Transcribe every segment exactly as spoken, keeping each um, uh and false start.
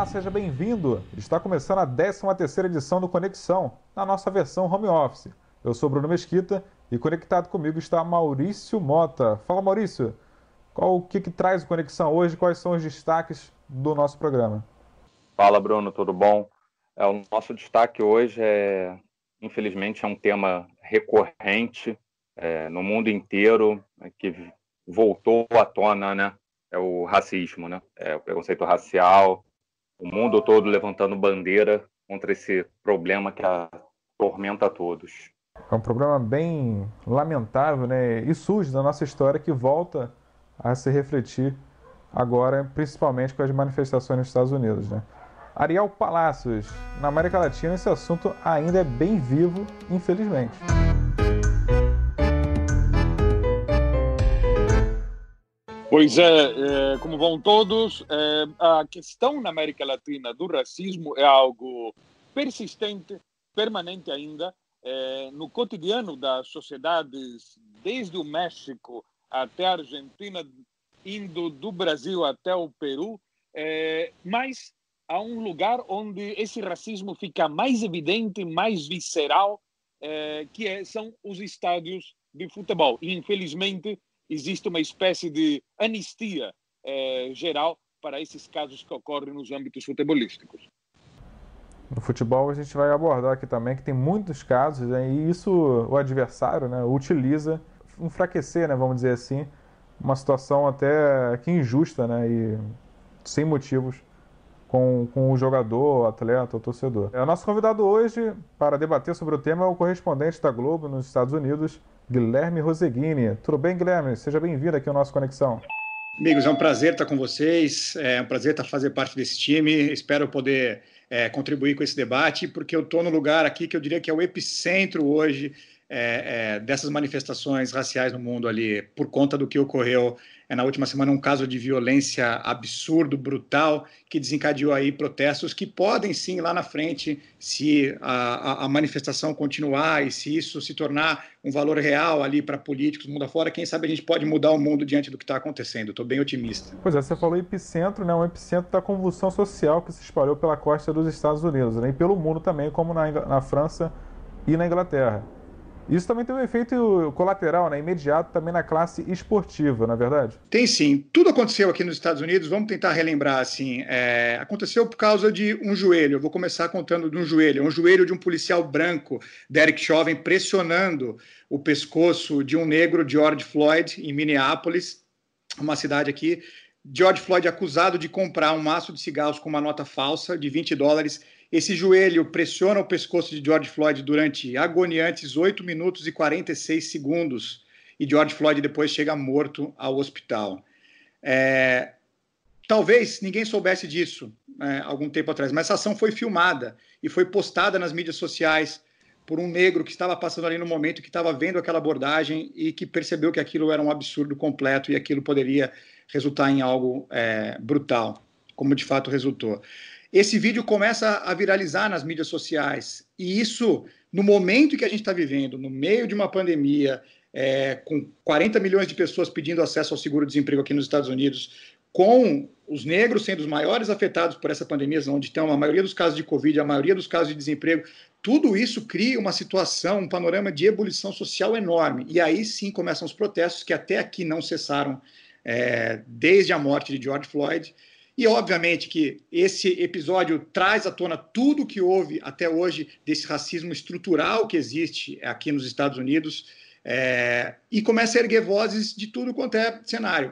Olá, seja bem-vindo! Está começando a décima terceira edição do Conexão, na nossa versão home office. Eu sou Bruno Mesquita e conectado comigo está Maurício Mota. Fala, Maurício! Qual o que, que traz o Conexão hoje? Quais são os destaques do nosso programa? Fala, Bruno, tudo bom? É, o nosso destaque hoje é, infelizmente, é um tema recorrente é, no mundo inteiro, é, que voltou à tona, né? É o racismo, né? É o preconceito racial, o mundo todo levantando bandeira contra esse problema que atormenta a todos. É um problema bem lamentável, né? E sujo da nossa história que volta a se refletir agora, principalmente com as manifestações nos Estados Unidos, né? Ariel Palacios, na América Latina esse assunto ainda é bem vivo, infelizmente. Pois é, é, como vão todos, é, a questão na América Latina do racismo é algo persistente, permanente ainda, é, no cotidiano das sociedades, desde o México até a Argentina, indo do Brasil até o Peru, é, mas há um lugar onde esse racismo fica mais evidente, mais visceral, é, que é, são os estádios de futebol. E, infelizmente, existe uma espécie de anistia eh, geral para esses casos que ocorrem nos âmbitos futebolísticos. No futebol a gente vai abordar aqui também que tem muitos casos, né, e isso o adversário, né, utiliza enfraquecer, né, vamos dizer assim, uma situação até que injusta, né, e sem motivos com, com o jogador, o atleta, o torcedor. É, o nosso convidado hoje para debater sobre o tema é o correspondente da Globo nos Estados Unidos, Guilherme Roseguini. Tudo bem, Guilherme? Seja bem-vindo aqui ao nosso Conexão. Amigos, é um prazer estar com vocês, é um prazer estar fazer parte desse time, espero poder é, contribuir com esse debate, porque eu estou no lugar aqui que eu diria que é o epicentro hoje é, é, dessas manifestações raciais no mundo ali, por conta do que ocorreu é, na última semana, um caso de violência absurdo, brutal, que desencadeou aí protestos que podem sim, lá na frente, se a, a, a manifestação continuar e se isso se tornar um valor real ali para políticos, mundo afora, quem sabe a gente pode mudar o mundo diante do que está acontecendo. Estou bem otimista. Pois é, você falou epicentro, né? Um epicentro da convulsão social que se espalhou pela costa dos Estados Unidos, né? E pelo mundo também, como na, na França e na Inglaterra. Isso também tem um efeito colateral, né, imediato também na classe esportiva, não é verdade? Tem sim. Tudo aconteceu aqui nos Estados Unidos, vamos tentar relembrar assim. É, aconteceu por causa de um joelho. Eu vou começar contando de um joelho. Um joelho de um policial branco, Derek Chauvin, pressionando o pescoço de um negro, George Floyd, em Minneapolis, uma cidade aqui. George Floyd acusado de comprar um maço de cigarros com uma nota falsa de vinte dólares. Esse joelho pressiona o pescoço de George Floyd durante agoniantes oito minutos e quarenta e seis segundos. E George Floyd depois chega morto ao hospital. É, talvez ninguém soubesse disso é, algum tempo atrás, mas essa ação foi filmada e foi postada nas mídias sociais por um negro que estava passando ali no momento, que estava vendo aquela abordagem e que percebeu que aquilo era um absurdo completo e aquilo poderia resultar em algo é, brutal, como de fato resultou. Esse vídeo começa a viralizar nas mídias sociais, e isso, no momento que a gente está vivendo, no meio de uma pandemia, é, com quarenta milhões de pessoas pedindo acesso ao seguro-desemprego aqui nos Estados Unidos, com os negros sendo os maiores afetados por essa pandemia, onde estão a maioria dos casos de Covid, a maioria dos casos de desemprego, tudo isso cria uma situação, um panorama de ebulição social enorme. E aí sim começam os protestos, que até aqui não cessaram, é, desde a morte de George Floyd. E, obviamente, que esse episódio traz à tona tudo o que houve até hoje desse racismo estrutural que existe aqui nos Estados Unidos, é, e começa a erguer vozes de tudo quanto é cenário.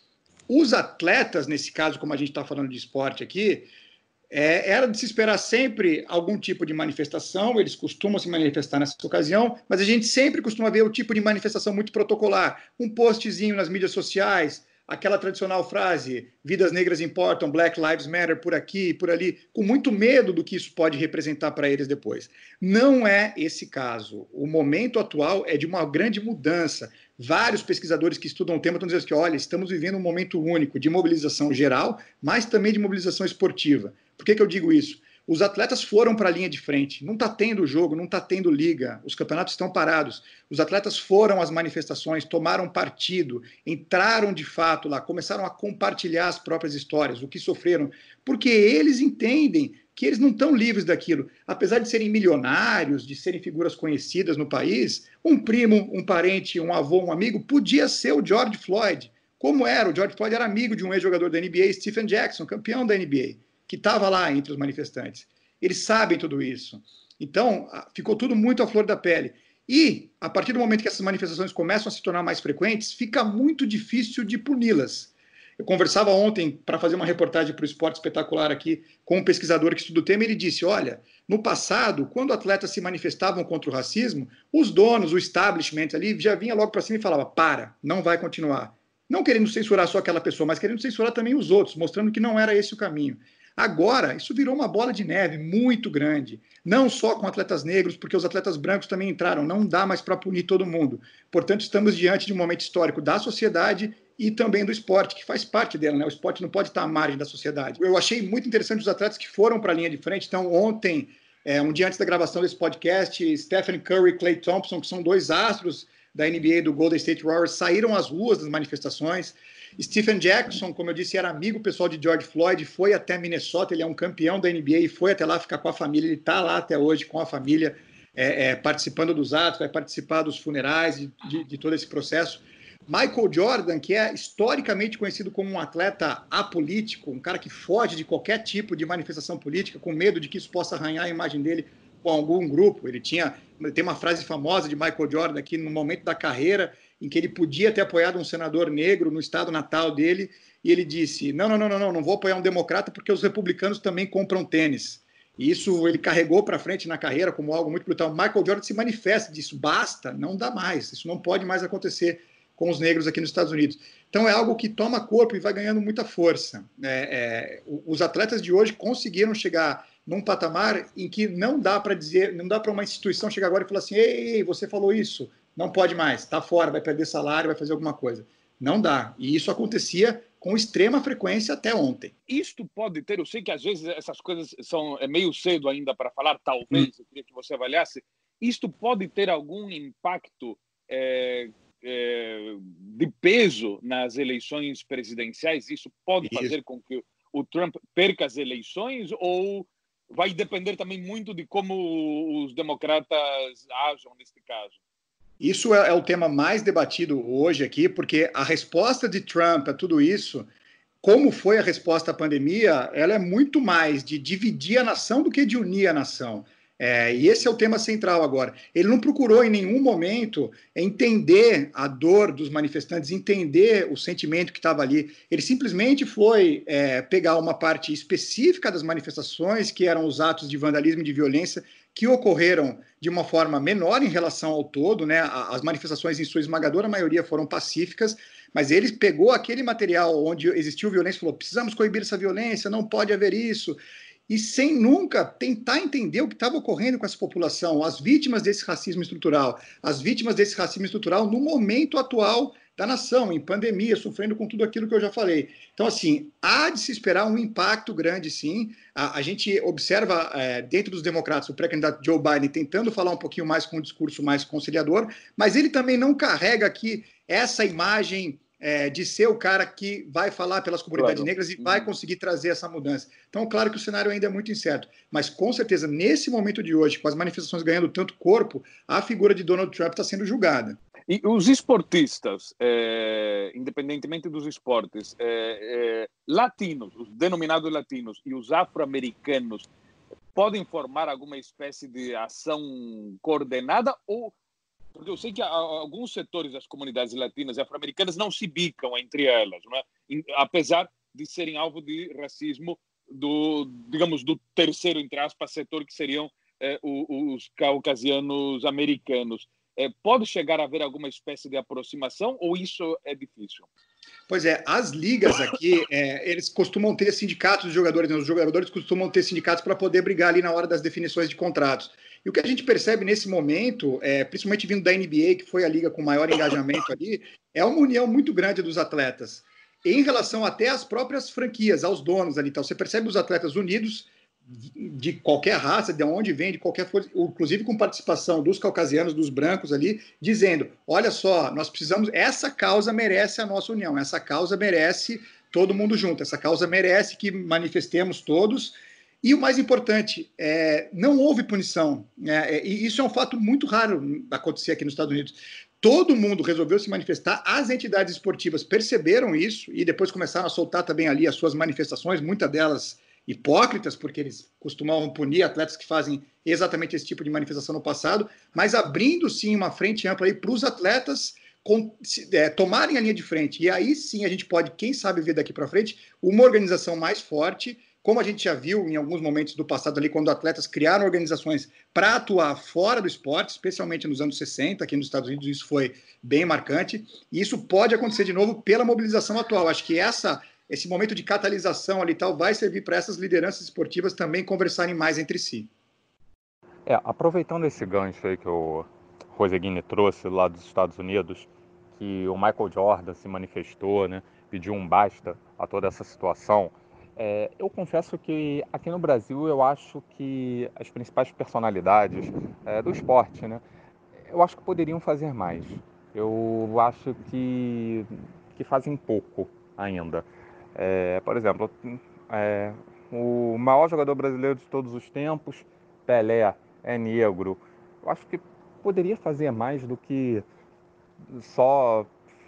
Os atletas, nesse caso, como a gente está falando de esporte aqui, é, era de se esperar sempre algum tipo de manifestação, eles costumam se manifestar nessa ocasião, mas a gente sempre costuma ver o tipo de manifestação muito protocolar, um postzinho nas mídias sociais, aquela tradicional frase, vidas negras importam, Black Lives Matter por aqui e por ali, com muito medo do que isso pode representar para eles depois. Não é esse caso. O momento atual é de uma grande mudança. Vários pesquisadores que estudam o tema estão dizendo que, olha, estamos vivendo um momento único de mobilização geral, mas também de mobilização esportiva. Por que que eu digo isso? Os atletas foram para a linha de frente. Não está tendo jogo, não está tendo liga. Os campeonatos estão parados. Os atletas foram às manifestações, tomaram partido, entraram de fato lá, começaram a compartilhar as próprias histórias, o que sofreram, porque eles entendem que eles não estão livres daquilo. Apesar de serem milionários, de serem figuras conhecidas no país, um primo, um parente, um avô, um amigo, podia ser o George Floyd. Como era? O George Floyd era amigo de um ex-jogador da N B A, Stephen Jackson, campeão da N B A, que estava lá entre os manifestantes. Eles sabem tudo isso. Então, ficou tudo muito à flor da pele. E, a partir do momento que essas manifestações começam a se tornar mais frequentes, fica muito difícil de puni-las. Eu conversava ontem, para fazer uma reportagem para o Esporte Espetacular aqui, com um pesquisador que estuda o tema, e ele disse, olha, no passado, quando atletas se manifestavam contra o racismo, os donos, o establishment ali, já vinha logo para cima e falava, para, não vai continuar. Não querendo censurar só aquela pessoa, mas querendo censurar também os outros, mostrando que não era esse o caminho. Agora, isso virou uma bola de neve muito grande, não só com atletas negros, porque os atletas brancos também entraram, não dá mais para punir todo mundo. Portanto, estamos diante de um momento histórico da sociedade e também do esporte, que faz parte dela, né? O esporte não pode estar à margem da sociedade. Eu achei muito interessante os atletas que foram para a linha de frente. Então, ontem, é, um dia antes da gravação desse podcast, Stephen Curry e Klay Thompson, que são dois astros da N B A do Golden State Warriors, saíram às ruas das manifestações. Stephen Jackson, como eu disse, era amigo pessoal de George Floyd, foi até Minnesota, ele é um campeão da N B A e foi até lá ficar com a família, ele está lá até hoje com a família, é, é, participando dos atos, vai participar dos funerais, de, de, de todo esse processo. Michael Jordan, que é historicamente conhecido como um atleta apolítico, um cara que foge de qualquer tipo de manifestação política, com medo de que isso possa arranhar a imagem dele com algum grupo. Ele tinha, tem uma frase famosa de Michael Jordan aqui no momento da carreira, em que ele podia ter apoiado um senador negro no estado natal dele, e ele disse, não, não, não, não, não vou apoiar um democrata porque os republicanos também compram tênis. E isso ele carregou para frente na carreira como algo muito brutal. Michael Jordan se manifesta disso, basta, não dá mais, isso não pode mais acontecer com os negros aqui nos Estados Unidos. Então é algo que toma corpo e vai ganhando muita força. É, é, os atletas de hoje conseguiram chegar num patamar em que não dá para dizer, não dá para uma instituição chegar agora e falar assim, ei, ei, você falou isso, não pode mais, está fora, vai perder salário, vai fazer alguma coisa. Não dá. E isso acontecia com extrema frequência até ontem. Isto pode ter, eu sei que às vezes essas coisas são é meio cedo ainda para falar, talvez, hum. eu queria que você avaliasse, isto pode ter algum impacto é, é, de peso nas eleições presidenciais? Isso pode isso. fazer com que o Trump perca as eleições ou vai depender também muito de como os democratas ajam neste caso? Isso é, é o tema mais debatido hoje aqui, porque a resposta de Trump a tudo isso, como foi a resposta à pandemia, ela é muito mais de dividir a nação do que de unir a nação. É, e esse é o tema central agora. Ele não procurou em nenhum momento entender a dor dos manifestantes, entender o sentimento que estava ali. Ele simplesmente foi é, pegar uma parte específica das manifestações, que eram os atos de vandalismo e de violência, que ocorreram de uma forma menor em relação ao todo, né? As manifestações, em sua esmagadora maioria, foram pacíficas, mas ele pegou aquele material onde existiu violência e falou, precisamos coibir essa violência, não pode haver isso, e sem nunca tentar entender o que estava ocorrendo com essa população, as vítimas desse racismo estrutural, as vítimas desse racismo estrutural no momento atual da nação, em pandemia, sofrendo com tudo aquilo que eu já falei. Então, assim, há de se esperar um impacto grande, sim. A, a gente observa, é, dentro dos democratas, o pré-candidato Joe Biden tentando falar um pouquinho mais com um discurso mais conciliador, mas ele também não carrega aqui essa imagem É, de ser o cara que vai falar pelas comunidades claro. negras e vai conseguir trazer essa mudança. Então, claro que o cenário ainda é muito incerto, mas com certeza, nesse momento de hoje, com as manifestações ganhando tanto corpo, a figura de Donald Trump está sendo julgada. E os esportistas, é, independentemente dos esportes, é, é, latinos, os denominados latinos e os afro-americanos, podem formar alguma espécie de ação coordenada ou... Porque eu sei que alguns setores das comunidades latinas e afro-americanas não se bicam entre elas, não é? Apesar de serem alvo de racismo do, digamos, do terceiro, entre aspas, setor, que seriam é, os caucasianos americanos. É, pode chegar a haver alguma espécie de aproximação ou isso é difícil? Pois é, as ligas aqui, é, eles costumam ter sindicatos de jogadores, né? Os jogadores costumam ter sindicatos para poder brigar ali na hora das definições de contratos. E o que a gente percebe nesse momento, é, principalmente vindo da N B A, que foi a liga com maior engajamento ali, é uma união muito grande dos atletas. Em relação até às próprias franquias, aos donos ali. Então, você percebe os atletas unidos, de qualquer raça, de onde vem, de qualquer força, inclusive com participação dos caucasianos, dos brancos ali, dizendo, olha só, nós precisamos, essa causa merece a nossa união, essa causa merece todo mundo junto, essa causa merece que manifestemos todos. E o mais importante, é, não houve punição, né? E isso é um fato muito raro acontecer aqui nos Estados Unidos. Todo mundo resolveu se manifestar, as entidades esportivas perceberam isso e depois começaram a soltar também ali as suas manifestações, muitas delas hipócritas, porque eles costumavam punir atletas que fazem exatamente esse tipo de manifestação no passado, mas abrindo sim uma frente ampla para os atletas com, é, tomarem a linha de frente. E aí sim a gente pode, quem sabe, ver daqui para frente uma organização mais forte, como a gente já viu em alguns momentos do passado ali, quando atletas criaram organizações para atuar fora do esporte, especialmente nos anos sessenta, aqui nos Estados Unidos isso foi bem marcante, e isso pode acontecer de novo pela mobilização atual. Acho que essa, esse momento de catalisação ali e tal vai servir para essas lideranças esportivas também conversarem mais entre si. É, aproveitando esse gancho aí que o Roseguini trouxe lá dos Estados Unidos, que o Michael Jordan se manifestou, né, pediu um basta a toda essa situação. É, eu confesso que aqui no Brasil eu acho que as principais personalidades é, do esporte, né, eu acho que poderiam fazer mais. Eu acho que, que fazem pouco ainda. É, por exemplo, é, o maior jogador brasileiro de todos os tempos, Pelé, é negro. Eu acho que poderia fazer mais do que só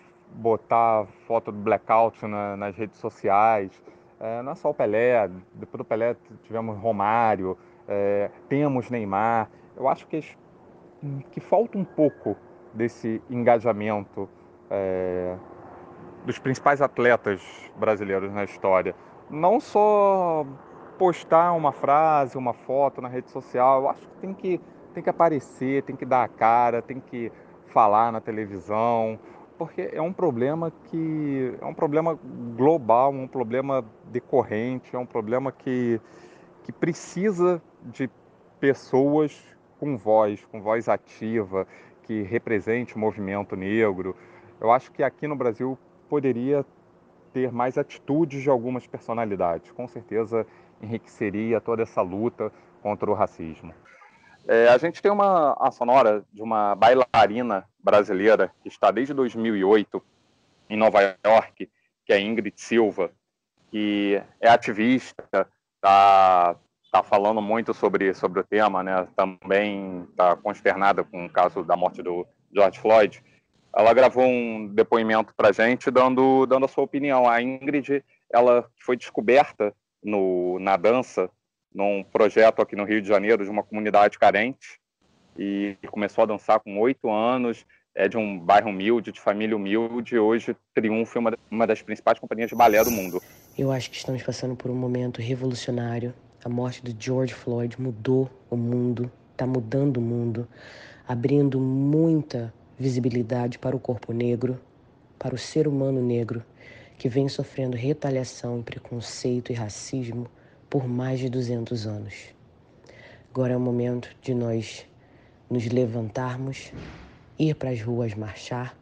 botar foto do blackout na, nas redes sociais. É, não é só o Pelé, depois do Pelé tivemos Romário, é, temos Neymar. Eu acho que, que falta um pouco desse engajamento é, dos principais atletas brasileiros na história. Não só postar uma frase, uma foto na rede social, eu acho que tem que, tem que aparecer, tem que dar a cara, tem que falar na televisão, porque é um problema que é um problema global, um problema decorrente, é um problema que, que precisa de pessoas com voz, com voz ativa, que represente o movimento negro. Eu acho que aqui no Brasil poderia ter mais atitudes de algumas personalidades. Com certeza enriqueceria toda essa luta contra o racismo. É, a gente tem uma a sonora de uma bailarina brasileira que está desde dois mil e oito em Nova York, que é Ingrid Silva, que é ativista, está tá falando muito sobre, sobre o tema, né? Também está consternada com o caso da morte do George Floyd. Ela gravou um depoimento para a gente dando, dando a sua opinião. A Ingrid, ela foi descoberta no, na dança, num projeto aqui no Rio de Janeiro de uma comunidade carente, e começou a dançar com oito anos, é de um bairro humilde, de família humilde, e hoje triunfa uma, uma das principais companhias de balé do mundo. Eu acho que estamos passando por um momento revolucionário. A morte do George Floyd mudou o mundo, está mudando o mundo, abrindo muita visibilidade para o corpo negro, para o ser humano negro, que vem sofrendo retaliação, preconceito e racismo por mais de duzentos anos. Agora é o momento de nós nos levantarmos, ir para as ruas marchar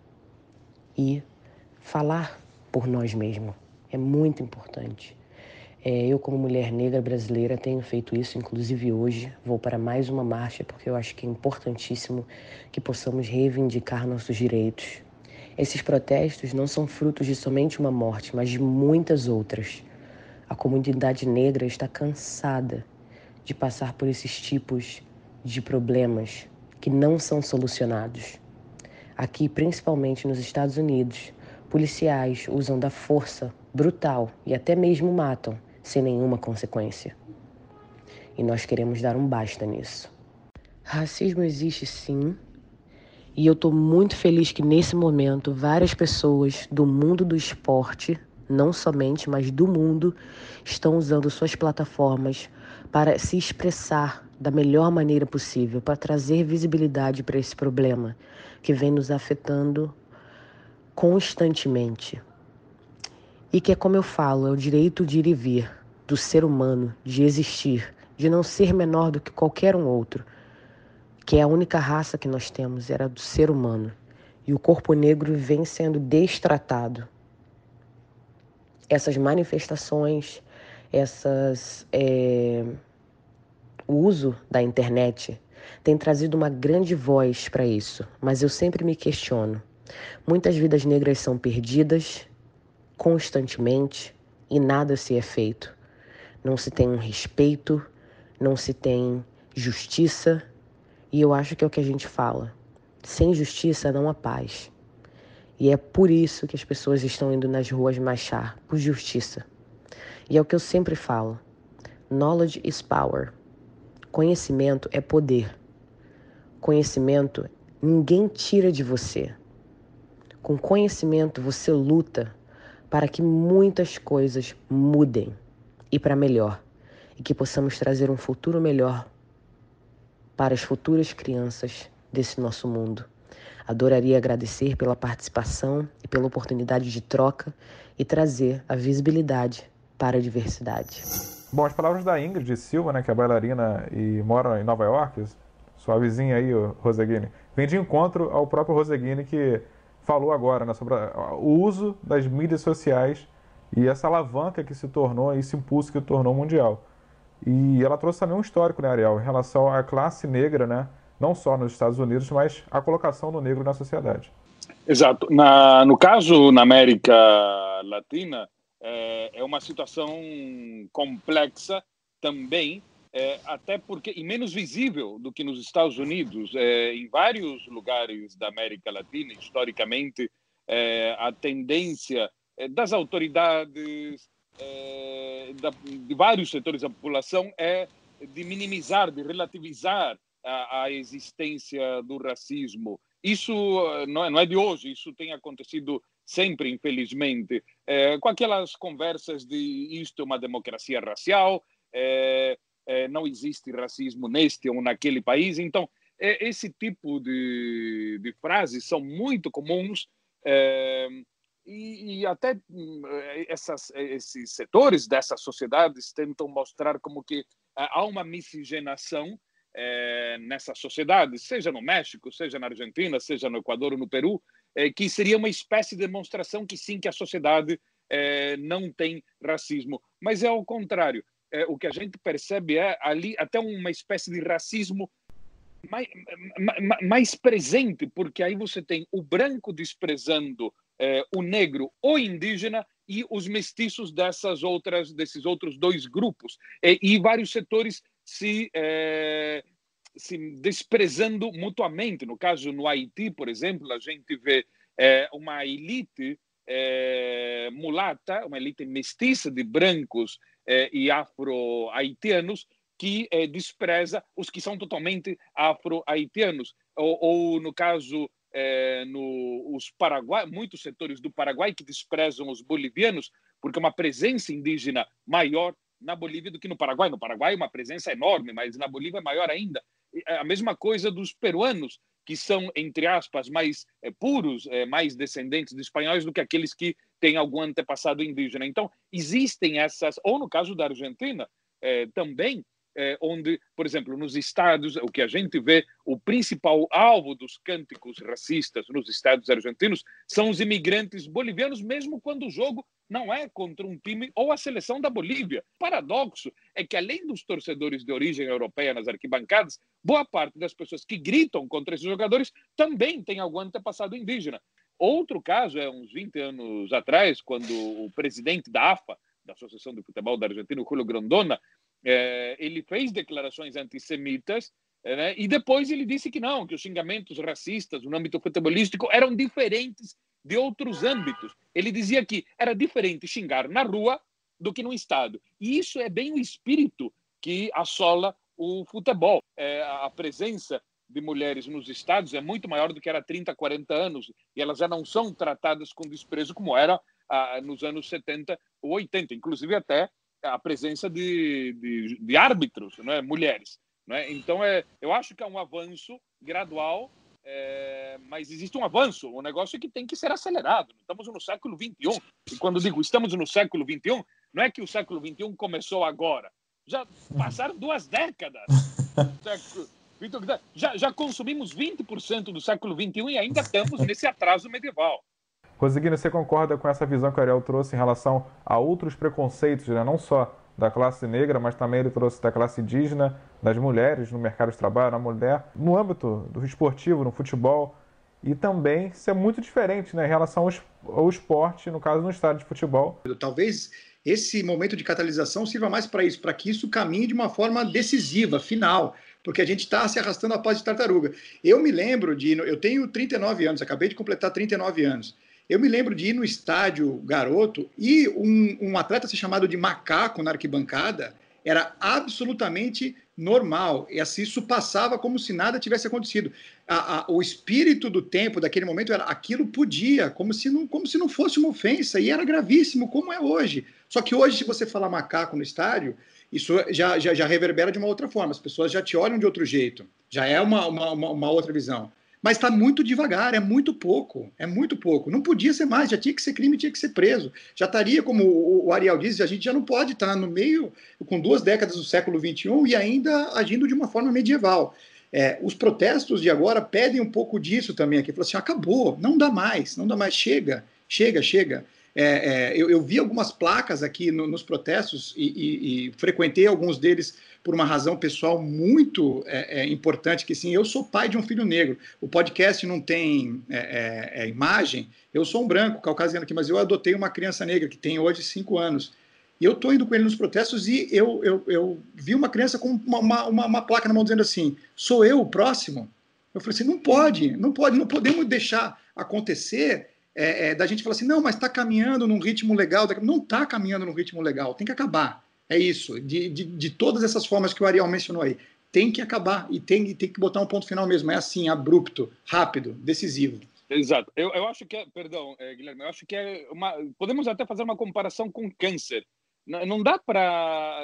e falar por nós mesmos. É muito importante. É, eu, como mulher negra brasileira, tenho feito isso, inclusive hoje. Vou para mais uma marcha, porque eu acho que é importantíssimo que possamos reivindicar nossos direitos. Esses protestos não são frutos de somente uma morte, mas de muitas outras. A comunidade negra está cansada de passar por esses tipos de problemas que não são solucionados. Aqui, principalmente nos Estados Unidos, policiais usam da força brutal e até mesmo matam sem nenhuma consequência. E nós queremos dar um basta nisso. Racismo existe sim, e eu estou muito feliz que nesse momento várias pessoas do mundo do esporte, não somente, mas do mundo, estão usando suas plataformas para se expressar da melhor maneira possível, para trazer visibilidade para esse problema que vem nos afetando constantemente. E que é como eu falo, é o direito de ir e vir do ser humano, de existir, de não ser menor do que qualquer um outro, que é a única raça que nós temos, era do ser humano. E o corpo negro vem sendo destratado. Essas manifestações, essas, é, O uso da internet tem trazido uma grande voz para isso, mas eu sempre me questiono. Muitas vidas negras são perdidas constantemente e nada se é feito. Não se tem um respeito, não se tem justiça, e eu acho que é o que a gente fala. Sem justiça não há paz. E é por isso que as pessoas estão indo nas ruas marchar, por justiça. E é o que eu sempre falo. Knowledge is power. Conhecimento é poder. Conhecimento ninguém tira de você. Com conhecimento você luta para que muitas coisas mudem e para melhor. E que possamos trazer um futuro melhor para as futuras crianças desse nosso mundo. Adoraria agradecer pela participação e pela oportunidade de troca e trazer a visibilidade para a diversidade. Bom, as palavras da Ingrid Silva, né, que é bailarina e mora em Nova York, sua vizinha aí, o Roseguini, vem de encontro ao próprio Roseguini, que falou agora, né, sobre o uso das mídias sociais e essa alavanca que se tornou, esse impulso que tornou mundial. E ela trouxe também um histórico, né, Ariel, em relação à classe negra, né, não só nos Estados Unidos, mas a colocação do negro na sociedade. Exato. Na, no caso, na América Latina, é, é uma situação complexa também, é, até porque, e menos visível do que nos Estados Unidos. É, em vários lugares da América Latina, historicamente, é, a tendência é, das autoridades, é, da, de vários setores da população, é de minimizar, de relativizar a, a existência do racismo. Isso não é, não é de hoje, isso tem acontecido sempre, infelizmente, é, com aquelas conversas de isto é uma democracia racial, é, é, não existe racismo neste ou naquele país. Então, é, esse tipo de, de frases são muito comuns, é, e, e até essas, esses setores dessas sociedades tentam mostrar como que há uma miscigenação É, nessa sociedade, seja no México, seja na Argentina, seja no Equador ou no Peru, é, que seria uma espécie de demonstração que sim, que a sociedade é, não tem racismo. Mas é ao contrário. É, o que a gente percebe é ali até uma espécie de racismo mais, mais, mais presente, porque aí você tem o branco desprezando é, o negro ou indígena e os mestiços dessas outras, desses outros dois grupos. É, e vários setores se, é, se desprezando mutuamente. No caso, no Haiti, por exemplo, a gente vê é, uma elite é, mulata, uma elite mestiça de brancos é, e afro-haitianos que é, despreza os que são totalmente afro-haitianos. Ou, ou, no caso, é, no, os Paraguai, muitos setores do Paraguai que desprezam os bolivianos, porque é uma presença indígena maior na Bolívia do que no Paraguai. No Paraguai uma presença enorme, mas na Bolívia é maior ainda. A mesma coisa dos peruanos, que são, entre aspas, mais é, puros, é, mais descendentes de espanhóis do que aqueles que têm algum antepassado indígena. Então, existem essas, ou no caso da Argentina, é, também, é, onde, por exemplo, nos estados, o que a gente vê, o principal alvo dos cânticos racistas nos estados argentinos são os imigrantes bolivianos, mesmo quando o jogo não é contra um time ou a seleção da Bolívia. O paradoxo é que, além dos torcedores de origem europeia nas arquibancadas, boa parte das pessoas que gritam contra esses jogadores também tem algum antepassado indígena. Outro caso é uns vinte anos atrás, quando o presidente da A F A, da Associação de Futebol da Argentina, o Julio Grondona, eh, ele fez declarações antissemitas, eh, né, e depois ele disse que não, que os xingamentos racistas no âmbito futebolístico eram diferentes de outros âmbitos. Ele dizia que era diferente xingar na rua do que no estádio. E isso é bem o espírito que assola o futebol. É, a presença de mulheres nos estádios é muito maior do que era há trinta, quarenta anos, e elas já não são tratadas com desprezo como era ah, nos anos setenta ou oitenta, inclusive até a presença de, de, de árbitros, não é? Mulheres. Não é? Então, é, eu acho que é um avanço gradual. É, mas existe um avanço, um negócio que tem que ser acelerado. Estamos no século vinte e um, e quando digo estamos no século vinte e um, não é que o século vinte e um começou agora, já passaram duas décadas. já, já consumimos vinte por cento do século vinte e um e ainda estamos nesse atraso medieval. Roseguini, você concorda com essa visão que o Ariel trouxe em relação a outros preconceitos, né? Não só da classe negra, mas também ele trouxe da classe indígena, das mulheres no mercado de trabalho, na mulher, no âmbito do esportivo, no futebol. E também isso é muito diferente, né, em relação ao esporte, no caso no estádio de futebol. Talvez esse momento de catalisação sirva mais para isso, para que isso caminhe de uma forma decisiva, final, porque a gente está se arrastando a paz de tartaruga. Eu me lembro de... Eu tenho trinta e nove anos, acabei de completar trinta e nove anos. Eu me lembro de ir no estádio garoto e um, um atleta ser chamado de macaco na arquibancada era absolutamente normal. E assim, isso passava como se nada tivesse acontecido. A, a, o espírito do tempo, daquele momento, era aquilo podia, como se, não, como se não fosse uma ofensa, e era gravíssimo, como é hoje. Só que hoje, se você falar macaco no estádio, isso já, já, já reverbera de uma outra forma. As pessoas já te olham de outro jeito. Já é uma, uma, uma, uma outra visão. Mas está muito devagar, é muito pouco, é muito pouco. Não podia ser mais, já tinha que ser crime, tinha que ser preso. Já estaria, como o Ariel diz, a gente já não pode estar no meio, com duas décadas do século vinte e um e ainda agindo de uma forma medieval. É, os protestos de agora pedem um pouco disso também aqui. Falou assim, acabou, não dá mais, não dá mais, chega, chega, chega. É, é, eu, eu vi algumas placas aqui no, nos protestos e, e, e frequentei alguns deles por uma razão pessoal muito é, é, importante, que sim, eu sou pai de um filho negro. O podcast não tem é, é, imagem, eu sou um branco, caucasiano aqui, mas eu adotei uma criança negra que tem hoje cinco anos. E eu estou indo com ele nos protestos e eu, eu, eu vi uma criança com uma, uma, uma placa na mão dizendo assim, sou eu o próximo? Eu falei assim, não pode, não pode, não podemos deixar acontecer é, é, da gente falar assim, não, mas está caminhando num ritmo legal. Não está caminhando num ritmo legal, tem que acabar. É isso, de, de, de todas essas formas que o Ariel mencionou aí. Tem que acabar e tem, tem que botar um ponto final mesmo. É assim, abrupto, rápido, decisivo. Exato. Eu, eu acho que é, perdão, é, Guilherme, eu acho que é uma... Podemos até fazer uma comparação com câncer. Não, não dá para...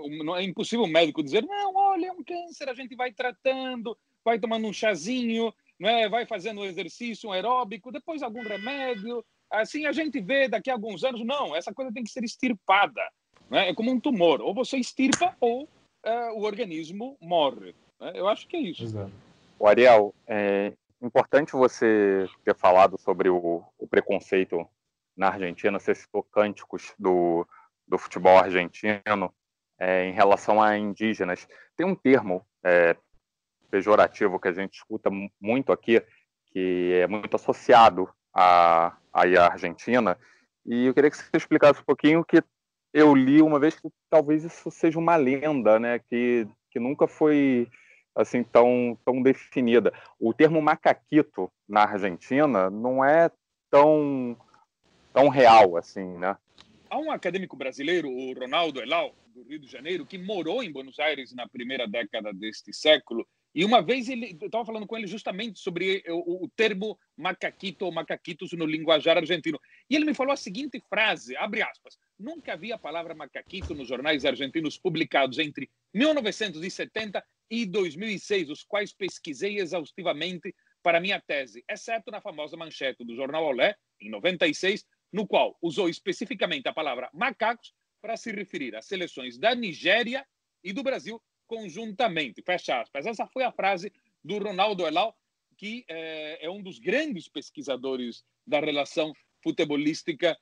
É impossível o médico dizer, não, olha, é um câncer, a gente vai tratando, vai tomando um chazinho, não é? Vai fazendo um exercício, um aeróbico, depois algum remédio. Assim a gente vê daqui a alguns anos. Não, essa coisa tem que ser extirpada. É como um tumor, ou você extirpa ou uh, o organismo morre. Né? Eu acho que é isso. Exato. O Ariel, é importante você ter falado sobre o, o preconceito na Argentina. Você citou cânticos do, do futebol argentino é, em relação a indígenas. Tem um termo é, pejorativo que a gente escuta muito aqui, que é muito associado à, à Argentina, e eu queria que você explicasse um pouquinho que eu li uma vez que talvez isso seja uma lenda, né, que, que nunca foi assim tão, tão definida. O termo macaquito na Argentina não é tão, tão real assim, né? Há um acadêmico brasileiro, o Ronaldo Elal, do Rio de Janeiro, que morou em Buenos Aires na primeira década deste século, e uma vez ele, eu estava falando com ele justamente sobre o, o termo macaquito ou macaquitos no linguajar argentino. E ele me falou a seguinte frase, abre aspas, nunca havia a palavra macaquito nos jornais argentinos publicados entre mil novecentos e setenta e dois mil e seis, os quais pesquisei exaustivamente para minha tese, exceto na famosa manchete do jornal Olé, em noventa e seis, no qual usou especificamente a palavra macacos para se referir às seleções da Nigéria e do Brasil conjuntamente, fecha aspas. Essa foi a frase do Ronaldo Elal, que é, é um dos grandes pesquisadores da relação futebolística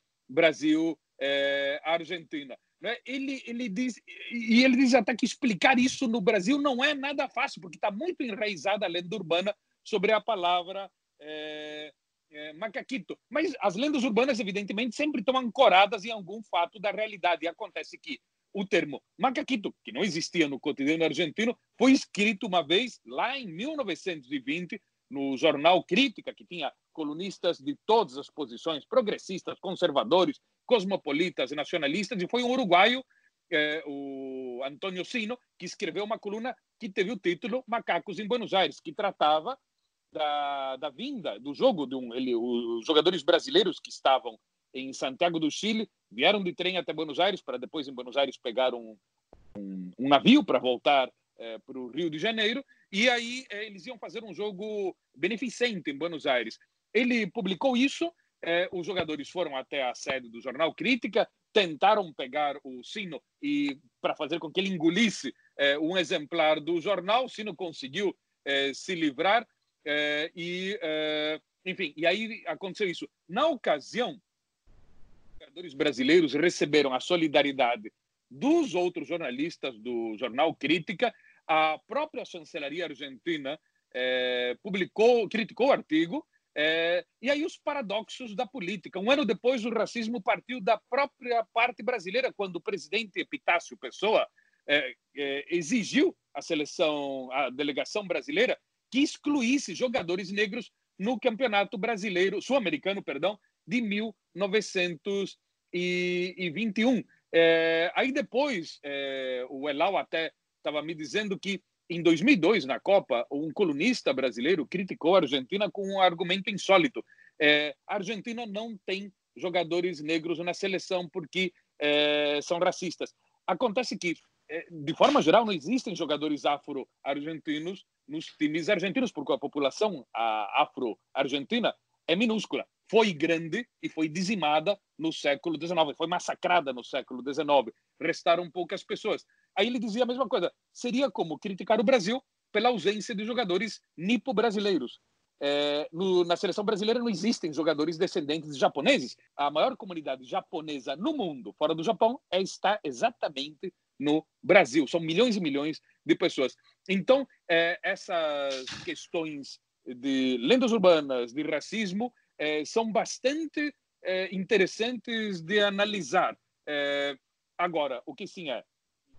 Brasil-Argentina. Né? Ele, ele diz, e ele diz até que explicar isso no Brasil não é nada fácil, porque está muito enraizada a lenda urbana sobre a palavra é, é, macaquito. Mas as lendas urbanas, evidentemente, sempre estão ancoradas em algum fato da realidade. E acontece que o termo macaquito, que não existia no cotidiano argentino, foi escrito uma vez, lá em mil novecentos e vinte, no jornal Crítica, que tinha colunistas de todas as posições, progressistas, conservadores, cosmopolitas e nacionalistas, e foi um uruguaio, eh, o Antônio Sino, que escreveu uma coluna que teve o título Macacos em Buenos Aires, que tratava da, da vinda, do jogo, de um, ele, os jogadores brasileiros que estavam em Santiago do Chile, vieram de trem até Buenos Aires, para depois em Buenos Aires pegar um, um, um navio para voltar eh, para o Rio de Janeiro, e aí eh, eles iam fazer um jogo beneficente em Buenos Aires. Ele publicou isso, eh, os jogadores foram até a sede do jornal Crítica, tentaram pegar o Sino e para fazer com que ele engolisse eh, um exemplar do jornal. O Sino conseguiu eh, se livrar eh, e, eh, enfim, e aí aconteceu isso. Na ocasião, os jogadores brasileiros receberam a solidariedade dos outros jornalistas do jornal Crítica. A própria chancelaria argentina é, publicou, criticou o artigo. É, e aí os paradoxos da política. Um ano depois, o racismo partiu da própria parte brasileira, quando o presidente Epitácio Pessoa é, é, exigiu a seleção, a delegação brasileira, que excluísse jogadores negros no Campeonato Brasileiro, Sul-Americano, perdão, de mil novecentos e vinte e um. É, aí depois, é, o Elal até estava me dizendo que em dois mil e dois, na Copa, um colunista brasileiro criticou a Argentina com um argumento insólito. É, a Argentina não tem jogadores negros na seleção porque é, são racistas. Acontece que, é, de forma geral, não existem jogadores afro-argentinos nos times argentinos, porque a população afro-argentina é minúscula. Foi grande e foi dizimada no século dezenove, foi massacrada no século dezenove. Restaram poucas pessoas. Aí ele dizia a mesma coisa. Seria como criticar o Brasil pela ausência de jogadores nipo-brasileiros. É, no, na seleção brasileira não existem jogadores descendentes de japoneses. A maior comunidade japonesa no mundo, fora do Japão, é, está exatamente no Brasil. São milhões e milhões de pessoas. Então, é, essas questões de lendas urbanas, de racismo, é, são bastante é, interessantes de analisar. É, agora, o que sim é,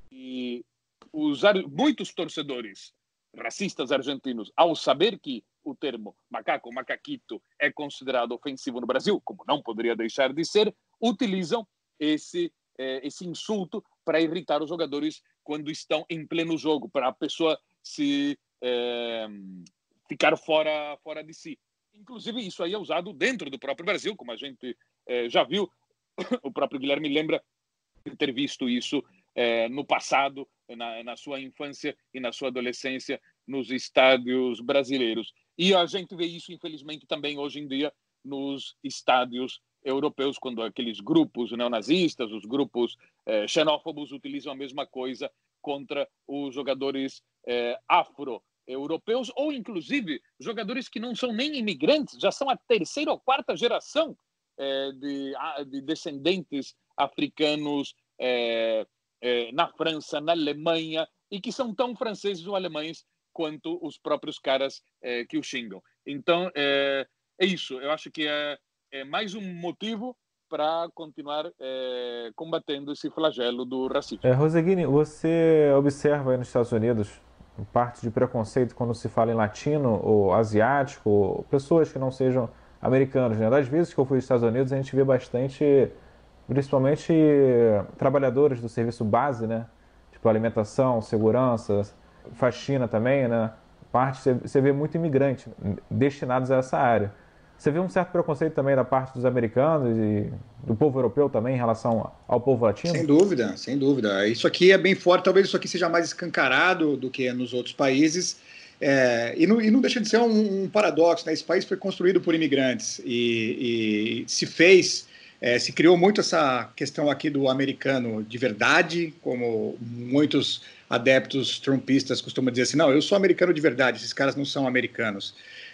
e os, muitos torcedores racistas argentinos, ao saber que o termo macaco, macaquito, é considerado ofensivo no Brasil, como não poderia deixar de ser, utilizam esse, eh, esse insulto para irritar os jogadores quando estão em pleno jogo, para a pessoa se eh, ficar fora, fora de si. Inclusive, isso aí é usado dentro do próprio Brasil, como a gente eh, já viu. O próprio Guilherme lembra de ter visto isso eh, no passado, na, na sua infância e na sua adolescência, nos estádios brasileiros. E a gente vê isso, infelizmente, também hoje em dia nos estádios europeus, quando aqueles grupos neonazistas, os grupos eh, xenófobos utilizam a mesma coisa contra os jogadores eh, afro-europeus, ou inclusive jogadores que não são nem imigrantes, já são a terceira ou quarta geração eh, de, de descendentes africanos eh, eh, na França, na Alemanha, e que são tão franceses ou alemães quanto os próprios caras eh, que o xingam. Então, é, é isso. Eu acho que é, é mais um motivo para continuar é, combatendo esse flagelo do racismo. É, Roseguini, você observa aí nos Estados Unidos parte de preconceito quando se fala em latino ou asiático, ou pessoas que não sejam americanos, né? Das vezes que eu fui aos Estados Unidos, a gente vê bastante, principalmente trabalhadores do serviço base, né? Tipo alimentação, segurança, faxina também, né? Parte, você vê muito imigrante destinados a essa área. Você vê um certo preconceito também da parte dos americanos e do povo europeu também em relação ao povo latino? Sem dúvida, sem dúvida. Isso aqui é bem forte, talvez isso aqui seja mais escancarado do que nos outros países. É, e, não, e não deixa de ser um, um paradoxo, né? Esse país foi construído por imigrantes e, e se fez, é, se criou muito essa questão aqui do americano de verdade, como muitos adeptos trumpistas costumam dizer assim, não, eu sou americano de verdade, esses caras não são americanos.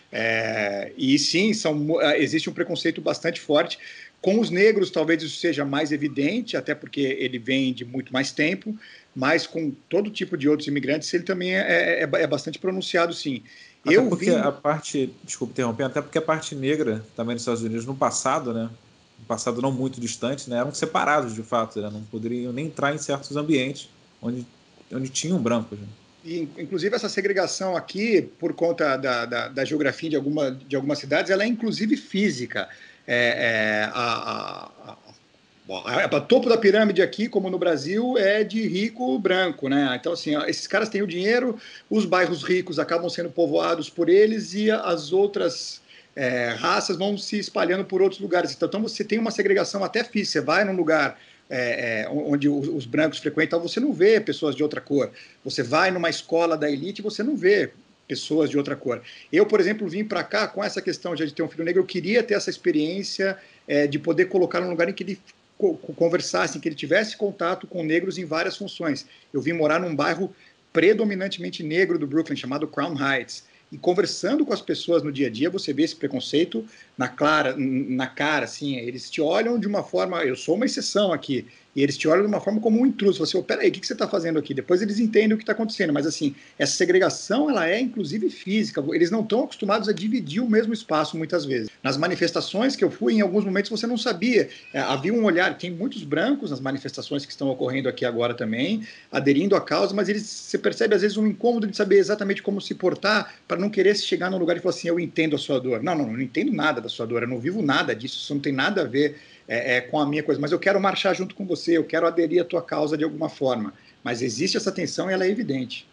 É, e sim, são, existe um preconceito bastante forte. Com os negros, talvez isso seja mais evidente, até porque ele vem de muito mais tempo, mas com todo tipo de outros imigrantes, ele também é, é, é bastante pronunciado, sim. Até eu porque vi... a parte, desculpa interromper, até porque a parte negra também nos Estados Unidos, no passado, né, no passado não muito distante, né, eram separados de fato, né, não poderiam nem entrar em certos ambientes onde, onde tinham brancos, né. E, inclusive, essa segregação aqui, por conta da, da, da geografia de, alguma, de algumas cidades, ela é inclusive física. É, é, a, a, a, a topo da pirâmide aqui, como no Brasil, é de rico branco, né? Então, assim, ó, esses caras têm o dinheiro, os bairros ricos acabam sendo povoados por eles e as outras é, raças vão se espalhando por outros lugares. Então, então, você tem uma segregação até física. Você vai num lugar... É, é, onde os, os brancos frequentam, você não vê pessoas de outra cor. Você vai numa escola da elite e você não vê pessoas de outra cor. Eu, por exemplo, vim para cá com essa questão de ter um filho negro, eu queria ter essa experiência é, de poder colocar num lugar em que ele co conversasse, em que ele tivesse contato com negros em várias funções. Eu vim morar num bairro predominantemente negro do Brooklyn, chamado Crown Heights. E conversando com as pessoas no dia a dia, você vê esse preconceito na, clara, na cara, assim, eles te olham de uma forma... Eu sou uma exceção aqui. e eles te olham de uma forma como um intruso. Você, oh, peraí, o que, que você está fazendo aqui? Depois eles entendem o que está acontecendo, mas assim, essa segregação, ela é inclusive física, eles não estão acostumados a dividir o mesmo espaço muitas vezes. Nas manifestações que eu fui, em alguns momentos você não sabia, é, havia um olhar, tem muitos brancos nas manifestações que estão ocorrendo aqui agora também, aderindo à causa, mas eles, você percebe às vezes um incômodo de saber exatamente como se portar, para não querer chegar num lugar e falar assim, eu entendo a sua dor. Não, não, eu não entendo nada da sua dor, eu não vivo nada disso, isso não tem nada a ver é, é, com a minha coisa, mas eu quero marchar junto com você, eu quero aderir à tua causa de alguma forma. Mas existe essa tensão e ela é evidente.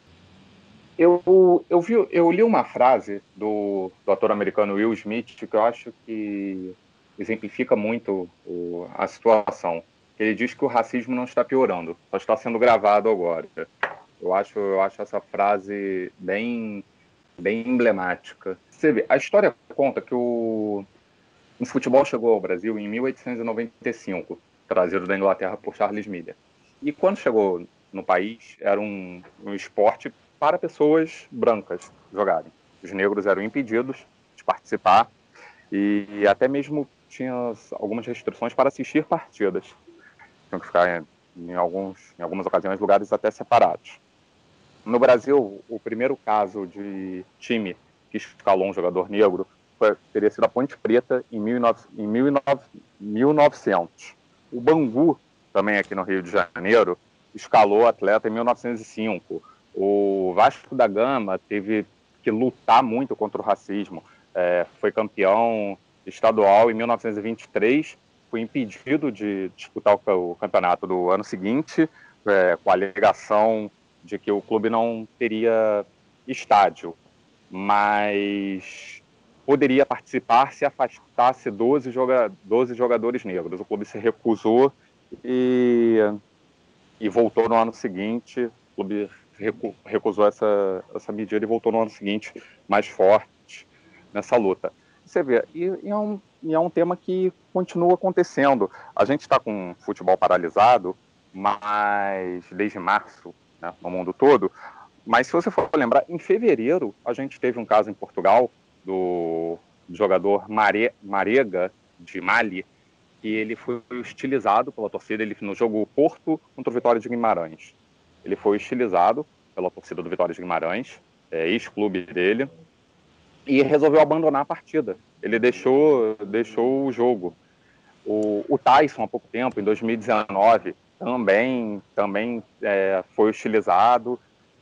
Eu, eu, vi, eu li uma frase do, do ator americano Will Smith que eu acho que exemplifica muito o, a situação. Ele diz que o racismo não está piorando, só está sendo gravado agora. Eu acho, eu acho essa frase bem, bem emblemática. Você vê, a história conta que o, o futebol chegou ao Brasil em mil oitocentos e noventa e cinco, trazido da Inglaterra por Charles Miller. E quando chegou no país, era um, um esporte para pessoas brancas jogarem. Os negros eram impedidos de participar e até mesmo tinha algumas restrições para assistir partidas. Tinham que ficar em, em, alguns, em algumas ocasiões, lugares até separados. No Brasil, o primeiro caso de time que escalou um jogador negro foi, teria sido a Ponte Preta em, mil e novecentos. O Bangu, também aqui no Rio de Janeiro, escalou atleta em mil novecentos e cinco. O Vasco da Gama teve que lutar muito contra o racismo. É, foi campeão estadual em mil novecentos e vinte e três, foi impedido de disputar o, o campeonato do ano seguinte, é, com a alegação de que o clube não teria estádio, mas poderia participar se afastasse doze, joga, doze jogadores negros. O clube se recusou e, e voltou no ano seguinte. O clube recu, recusou essa, essa medida e voltou no ano seguinte mais forte nessa luta. Você vê, e, e, é um, e é um tema que continua acontecendo. A gente está com o futebol paralisado, mas desde março, né, no mundo todo, mas se você for lembrar, em fevereiro a gente teve um caso em Portugal do, do jogador Mare, Marega, de Mali, que ele foi hostilizado pela torcida, ele no jogo Porto contra o Vitória de Guimarães. Ele foi hostilizado pela torcida do Vitória de Guimarães, é, ex-clube dele, e resolveu abandonar a partida. Ele deixou, deixou o jogo. O, o Tyson, há pouco tempo, em dois mil e dezenove, também, também é, foi hostilizado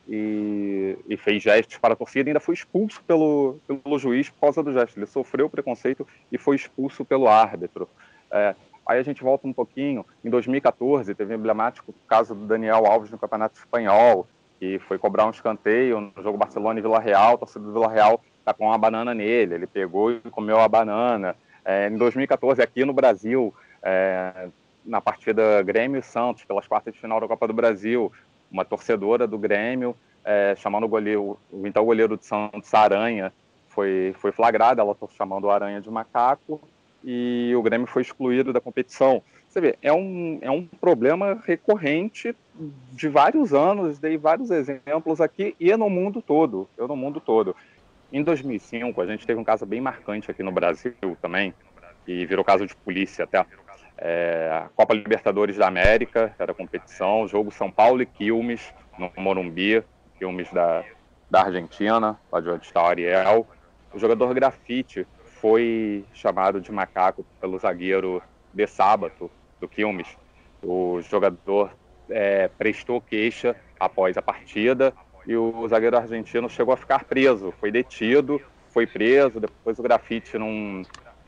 e, e fez gestos para a torcida, e ainda foi expulso pelo, pelo juiz por causa do gesto. Ele sofreu preconceito e foi expulso pelo árbitro. É, aí a gente volta um pouquinho. Em dois mil e quatorze, teve um emblemático caso do Daniel Alves no Campeonato Espanhol, que foi cobrar um escanteio no jogo Barcelona e Vila Real. A torcida do Vila Real tá com uma banana nele, ele pegou e comeu a banana. É, em dois mil e quatorze, aqui no Brasil, é, na partida Grêmio e Santos, pelas quartas de final da Copa do Brasil, uma torcedora do Grêmio, é, chamando o goleiro, o então goleiro de Santos, Aranha, foi, foi flagrada, ela está chamando o Aranha de macaco, e o Grêmio foi excluído da competição. Você vê, é um, é um problema recorrente de vários anos, dei vários exemplos aqui e no mundo todo, eu no mundo todo. Em dois mil e cinco, a gente teve um caso bem marcante aqui no Brasil também, e virou caso de polícia até. É, a Copa Libertadores da América, era a competição, jogo São Paulo e Quilmes, no Morumbi, Quilmes da, da Argentina, lá de onde está o Ariel. O jogador Grafite foi chamado de macaco pelo zagueiro de Sábato, do Quilmes. O jogador é, prestou queixa após a partida, e o zagueiro argentino chegou a ficar preso, foi detido, foi preso, depois o Grafite não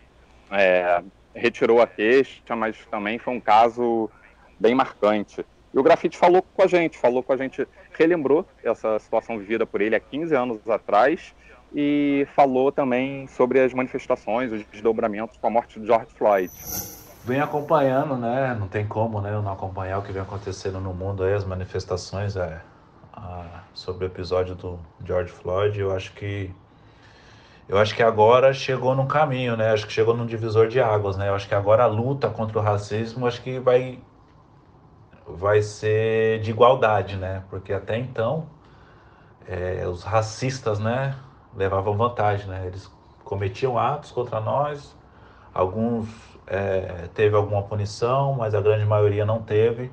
é, retirou a queixa, mas também foi um caso bem marcante. E o Grafite falou com a gente, falou com a gente, relembrou essa situação vivida por ele há quinze anos atrás e falou também sobre as manifestações, os desdobramentos com a morte de George Floyd. Vem acompanhando, né? Não tem como, né, eu não acompanhar o que vem acontecendo no mundo aí, as manifestações, é... Ah, sobre o episódio do George Floyd. Eu acho que eu acho que agora chegou num caminho, né? Acho que chegou num divisor de águas, né? Eu acho que agora a luta contra o racismo, acho que vai vai ser de igualdade, né? Porque até então é, os racistas, né, levavam vantagem, né? Eles cometiam atos contra nós, Alguns é, teve alguma punição, mas a grande maioria não teve.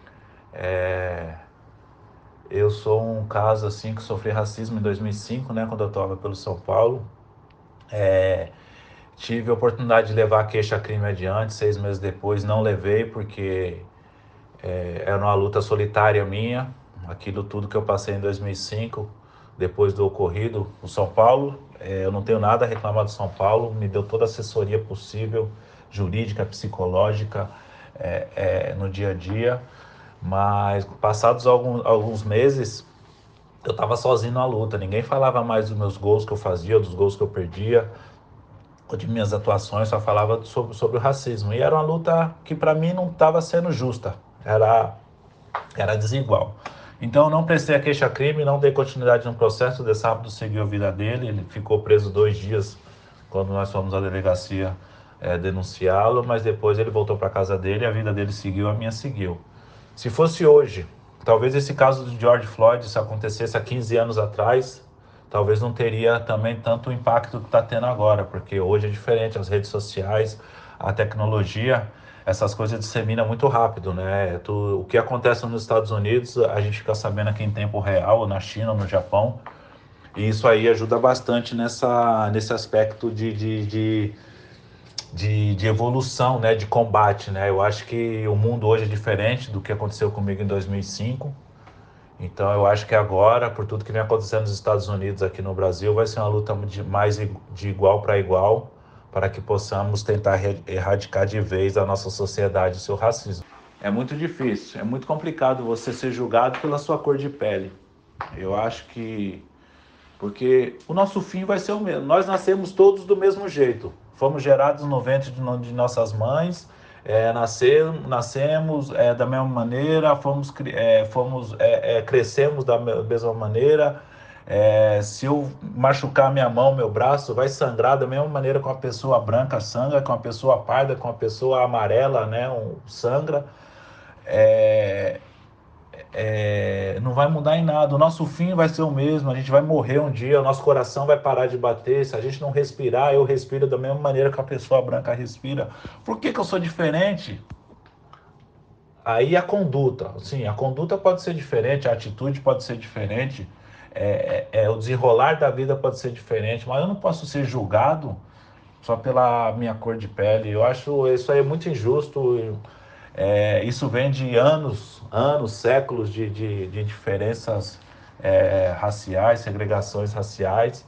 É, eu sou um caso assim que sofri racismo em dois mil e cinco, né, quando eu estava pelo São Paulo. É, tive a oportunidade de levar a queixa-crime adiante, seis meses depois não levei, porque é, era uma luta solitária minha, aquilo tudo que eu passei em dois mil e cinco, depois do ocorrido no São Paulo. É, eu não tenho nada a reclamar do São Paulo, me deu toda a assessoria possível, jurídica, psicológica, é, é, no dia a dia, mas passados alguns, alguns meses, eu estava sozinho na luta, ninguém falava mais dos meus gols que eu fazia, dos gols que eu perdia, ou de minhas atuações, só falava sobre, sobre o racismo. E era uma luta que para mim não estava sendo justa, era, era desigual. Então eu não prestei a queixa-crime, não dei continuidade no processo, o De Sábado seguiu a vida dele, ele ficou preso dois dias quando nós fomos à delegacia é, denunciá-lo, mas depois ele voltou para casa dele, a vida dele seguiu, a minha seguiu. Se fosse hoje, talvez esse caso do George Floyd, se acontecesse há quinze anos atrás, talvez não teria também tanto impacto que está tendo agora, porque hoje é diferente, as redes sociais, a tecnologia, essas coisas disseminam muito rápido, né? Tu, o que acontece nos Estados Unidos, a gente fica sabendo aqui em tempo real, na China, no Japão, e isso aí ajuda bastante nessa, nesse aspecto de, de, de, de, de evolução, né? De combate, né? Eu acho que o mundo hoje é diferente do que aconteceu comigo em dois mil e cinco, então eu acho que agora, por tudo que vem acontecendo nos Estados Unidos, aqui no Brasil, vai ser uma luta de mais de igual para igual, para que possamos tentar erradicar de vez da nossa sociedade o seu racismo. É muito difícil, é muito complicado você ser julgado pela sua cor de pele. Eu acho que... porque o nosso fim vai ser o mesmo. Nós nascemos todos do mesmo jeito. Fomos gerados no ventre de nossas mães, É, nascer, nascemos é, da mesma maneira, fomos, é, fomos, é, é, crescemos da mesma maneira. É, se eu machucar minha mão, meu braço, vai sangrar da mesma maneira com a pessoa branca sangra, com a pessoa parda, com a pessoa amarela, né, um, sangra. É, é, não vai mudar em nada, o nosso fim vai ser o mesmo, a gente vai morrer um dia, o nosso coração vai parar de bater, se a gente não respirar, eu respiro da mesma maneira que a pessoa branca respira. Por que que eu sou diferente? Aí a conduta, sim, a conduta pode ser diferente, a atitude pode ser diferente, é, é, é, o desenrolar da vida pode ser diferente, mas eu não posso ser julgado só pela minha cor de pele. Eu acho isso aí muito injusto. É, isso vem de anos, anos, séculos de, de, de diferenças é, raciais, segregações raciais,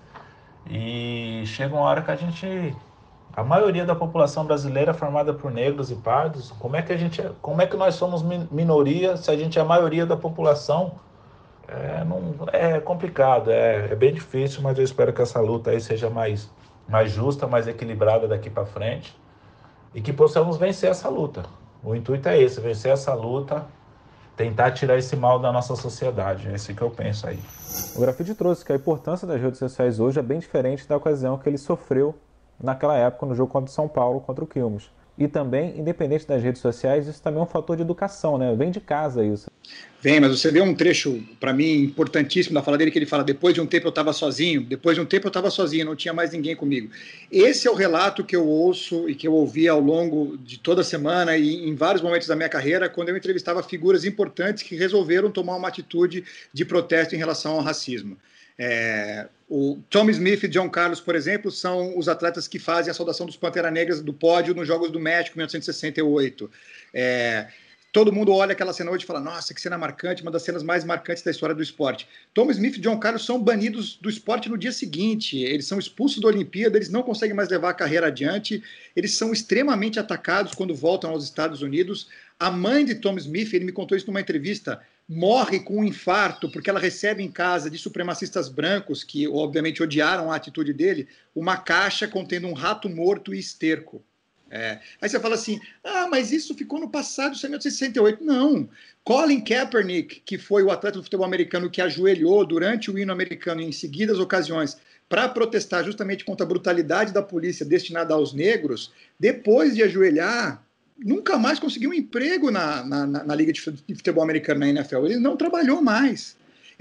e chega uma hora que a gente, a maioria da população brasileira é formada por negros e pardos. Como é que a gente, como é que nós somos minoria se a gente é a maioria da população? É, não, é complicado, é, é bem difícil, mas eu espero que essa luta aí seja mais, mais justa, mais equilibrada daqui para frente, e que possamos vencer essa luta. O intuito é esse, vencer essa luta, tentar tirar esse mal da nossa sociedade. É isso que eu penso aí. O Grafite trouxe que a importância das redes sociais hoje é bem diferente da ocasião que ele sofreu naquela época no jogo contra o São Paulo, contra o Quilmes. E também, independente das redes sociais, isso também é um fator de educação, né? Vem de casa isso. Vem, mas você vê um trecho, para mim, importantíssimo da fala dele, que ele fala: depois de um tempo eu estava sozinho, depois de um tempo eu estava sozinho, não tinha mais ninguém comigo. Esse é o relato que eu ouço e que eu ouvi ao longo de toda a semana e em vários momentos da minha carreira, quando eu entrevistava figuras importantes que resolveram tomar uma atitude de protesto em relação ao racismo. É, o Tom Smith e John Carlos, por exemplo, são os atletas que fazem a saudação dos Pantera Negras do pódio nos Jogos do México em mil novecentos e sessenta e oito. É, todo mundo olha aquela cena hoje e fala: nossa, que cena marcante, uma das cenas mais marcantes da história do esporte. Tom Smith e John Carlos são banidos do esporte no dia seguinte, eles são expulsos da Olimpíada, eles não conseguem mais levar a carreira adiante, eles são extremamente atacados quando voltam aos Estados Unidos. A mãe de Tom Smith, ele me contou isso numa entrevista, morre com um infarto porque ela recebe em casa de supremacistas brancos, que obviamente odiaram a atitude dele, uma caixa contendo um rato morto e esterco. É. Aí você fala assim: ah, mas isso ficou no passado, isso é mil novecentos e sessenta e oito. Não. Colin Kaepernick, que foi o atleta do futebol americano que ajoelhou durante o hino americano em seguidas ocasiões para protestar justamente contra a brutalidade da polícia destinada aos negros, depois de ajoelhar, nunca mais conseguiu um emprego na, na, na Liga de Futebol Americano, na N F L. Ele não trabalhou mais.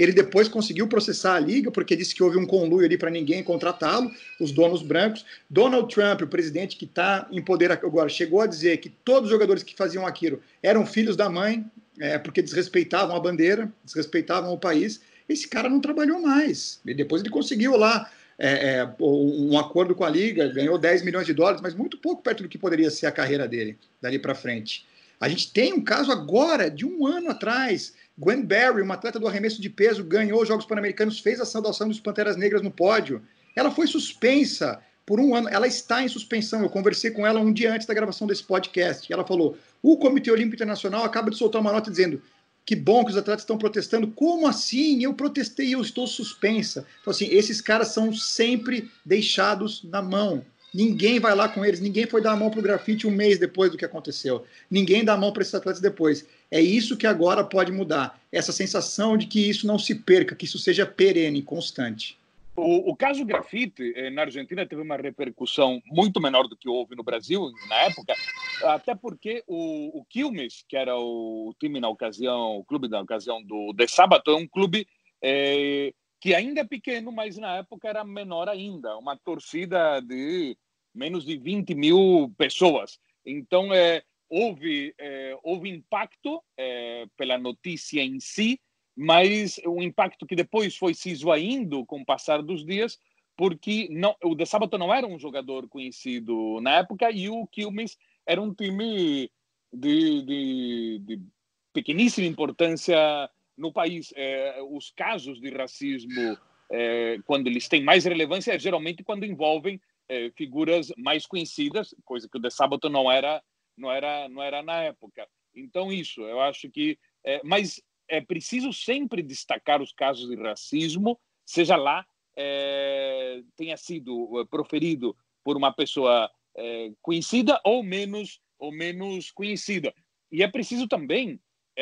Ele depois conseguiu processar a liga, porque disse que houve um conluio ali para ninguém contratá-lo, os donos brancos. Donald Trump, o presidente que está em poder agora, chegou a dizer que todos os jogadores que faziam aquilo eram filhos da mãe, é, porque desrespeitavam a bandeira, desrespeitavam o país. Esse cara não trabalhou mais. E depois ele conseguiu lá é, é, um acordo com a liga, ganhou dez milhões de dólares, mas muito pouco perto do que poderia ser a carreira dele, dali para frente. A gente tem um caso agora, de um ano atrás. Gwen Berry, uma atleta do arremesso de peso, ganhou os Jogos Pan-Americanos, fez a saudação dos Panteras Negras no pódio. Ela foi suspensa por um ano. Ela está em suspensão. Eu conversei com ela um dia antes da gravação desse podcast. E ela falou, o Comitê Olímpico Internacional acaba de soltar uma nota dizendo que bom que os atletas estão protestando. Como assim? Eu protestei e eu estou suspensa. Então, assim, esses caras são sempre deixados na mão. Ninguém vai lá com eles, ninguém foi dar a mão para o grafite um mês depois do que aconteceu. Ninguém dá a mão para esses atletas depois. É isso que agora pode mudar. Essa sensação de que isso não se perca, que isso seja perene, constante. O, o caso grafite eh, na Argentina teve uma repercussão muito menor do que houve no Brasil na época, até porque o, o Quilmes, que era o time na ocasião, o clube na ocasião do de Sábado, é um clube eh, que ainda é pequeno, mas na época era menor ainda, uma torcida de menos de vinte mil pessoas. Então, é, houve, é, houve impacto é, pela notícia em si, mas um impacto que depois foi se esvaindo com o passar dos dias, porque não, o De Sábado não era um jogador conhecido na época e o Quilmes era um time de, de, de pequeníssima importância no país. É, os casos de racismo, é, quando eles têm mais relevância, é geralmente quando envolvem é, figuras mais conhecidas, coisa que o De Sábado não era, não era, não era na época. Então, isso, eu acho que... É, mas é preciso sempre destacar os casos de racismo, seja lá é, tenha sido proferido por uma pessoa é, conhecida ou menos, ou menos conhecida. E é preciso também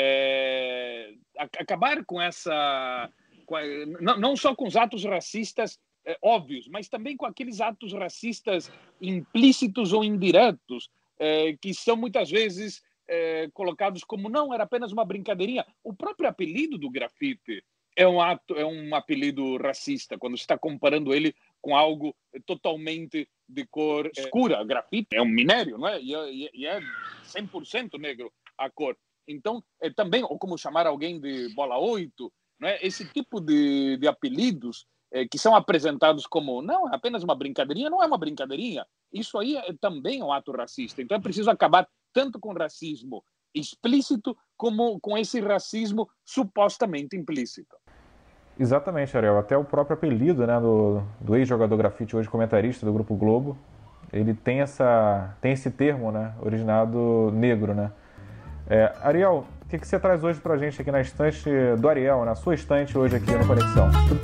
é, acabar com essa... Com a, não, não só com os atos racistas é, óbvios, mas também com aqueles atos racistas implícitos ou indiretos, é, que são muitas vezes é, colocados como não, era apenas uma brincadeirinha. O próprio apelido do grafite é um, ato, é um apelido racista, quando você está comparando ele com algo totalmente de cor escura. Grafite é um minério, não é? E, e é cem por cento negro a cor. Então, é também, ou como chamar alguém de bola oito, não é? Esse tipo de, de apelidos é, que são apresentados como, não, é apenas uma brincadeirinha, não é uma brincadeirinha. Isso aí é também um ato racista. Então, é preciso acabar tanto com racismo explícito como com esse racismo supostamente implícito. Exatamente, Ariel. Até o próprio apelido, né, do, do ex-jogador grafite, hoje comentarista do Grupo Globo, ele tem, essa, tem esse termo, né, originado negro, né? É, Ariel, o que, que você traz hoje pra gente aqui na estante do Ariel, na sua estante hoje aqui no Conexão?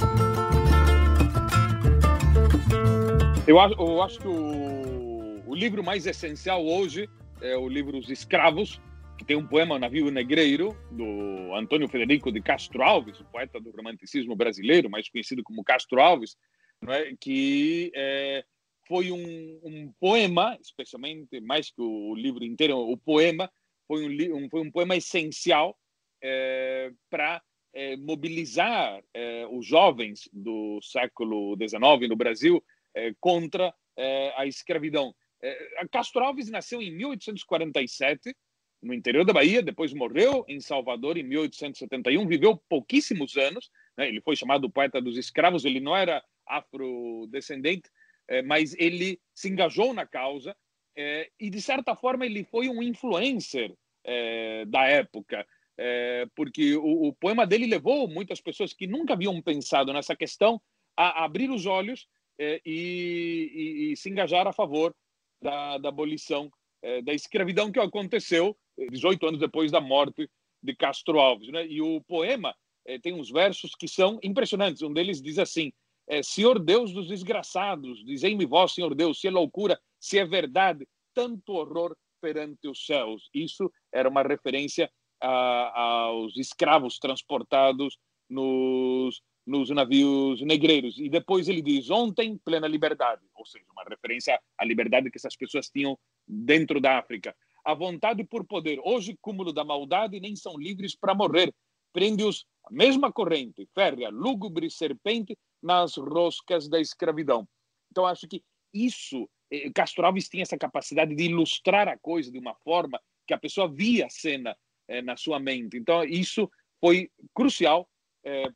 Eu acho, eu acho que o, o livro mais essencial hoje é o livro Os Escravos, que tem um poema, Navio Negreiro, do Antônio Federico de Castro Alves, o poeta do romanticismo brasileiro, mais conhecido como Castro Alves, não é? Que é, foi um, um poema, especialmente, mais que o livro inteiro, o poema, foi um, um, foi um poema essencial é, para é, mobilizar é, os jovens do século dezenove no Brasil é, contra é, a escravidão. É, Castro Alves nasceu em mil oitocentos e quarenta e sete, no interior da Bahia, depois morreu em Salvador em mil oitocentos e setenta e um, viveu pouquíssimos anos, né? Ele foi chamado poeta dos escravos, ele não era afrodescendente, é, mas ele se engajou na causa, é, e de certa forma ele foi um influencer é, da época, é, porque o, o poema dele levou muitas pessoas que nunca haviam pensado nessa questão a abrir os olhos é, e, e, e se engajar a favor da, da abolição é, da escravidão, que aconteceu dezoito anos depois da morte de Castro Alves, né? E o poema é, tem uns versos que são impressionantes. Um deles diz assim: é, Senhor Deus dos desgraçados, dizei-me vós, Senhor Deus, se é loucura, se é verdade, tanto horror perante os céus. Isso era uma referência a, aos escravos transportados nos, nos navios negreiros. E depois ele diz: ontem, plena liberdade, ou seja, uma referência à liberdade que essas pessoas tinham dentro da África. A vontade por poder, hoje, cúmulo da maldade, nem são livres para morrer. prende-os a mesma corrente férrea, lúgubre serpente nas roscas da escravidão. Então, acho que isso, eh, Castro Alves tinha essa capacidade de ilustrar a coisa de uma forma que a pessoa via a cena eh, na sua mente. Então, isso foi crucial eh,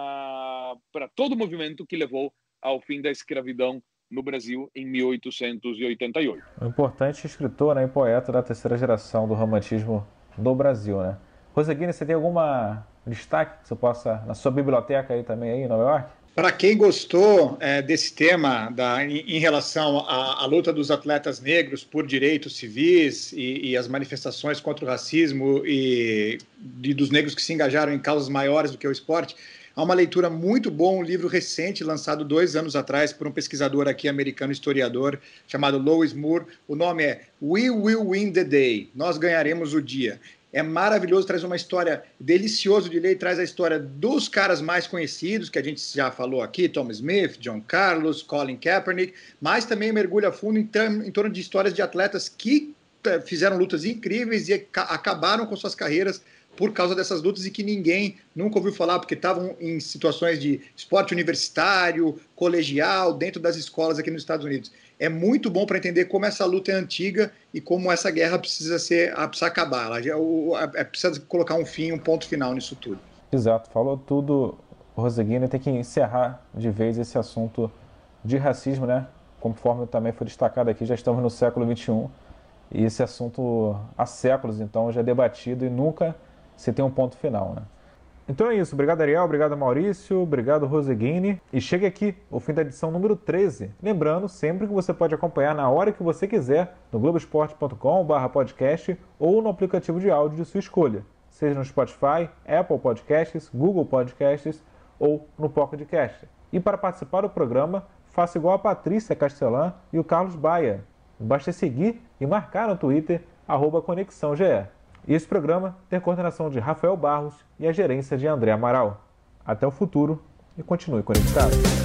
para todo o movimento que levou ao fim da escravidão no Brasil em mil oitocentos e oitenta e oito. Um importante escritor, né, e poeta da terceira geração do romantismo do Brasil, né? Roseguini, você tem alguma destaque que você possa, na sua biblioteca aí também, aí em Nova York? Para quem gostou é, desse tema da, em, em relação à, à luta dos atletas negros por direitos civis e, e as manifestações contra o racismo e, e dos negros que se engajaram em causas maiores do que o esporte, há uma leitura muito boa, um livro recente, lançado dois anos atrás por um pesquisador aqui americano, historiador, chamado Lois Moore. O nome é We Will Win the Day, Nós Ganharemos o Dia. É maravilhoso, traz uma história deliciosa de ler, traz a história dos caras mais conhecidos, que a gente já falou aqui, Tom Smith, John Carlos, Colin Kaepernick, mas também mergulha fundo em, em torno de histórias de atletas que fizeram lutas incríveis e acabaram com suas carreiras por causa dessas lutas e que ninguém nunca ouviu falar, porque estavam em situações de esporte universitário, colegial, dentro das escolas aqui nos Estados Unidos. É muito bom para entender como essa luta é antiga e como essa guerra precisa ser, precisa acabar. Ela já, é, precisa colocar um fim, um ponto final nisso tudo. Exato, falou tudo, Roseguini. Tem que encerrar de vez esse assunto de racismo, né? Conforme também foi destacado aqui, já estamos no século vinte e um e esse assunto há séculos, então, já é debatido e nunca se tem um ponto final, né? Então é isso. Obrigado, Ariel. Obrigado, Maurício. Obrigado, Roseguini. E chega aqui o fim da edição número treze. Lembrando sempre que você pode acompanhar na hora que você quiser no globoesporte ponto com barra podcast ou no aplicativo de áudio de sua escolha, seja no Spotify, Apple Podcasts, Google Podcasts ou no Pocket Cast. E para participar do programa, faça igual a Patrícia Castelã e o Carlos Baia. Basta seguir e marcar no Twitter, arroba Conexão G E. Esse programa tem a coordenação de Rafael Barros e a gerência de André Amaral. Até o futuro e continue conectado.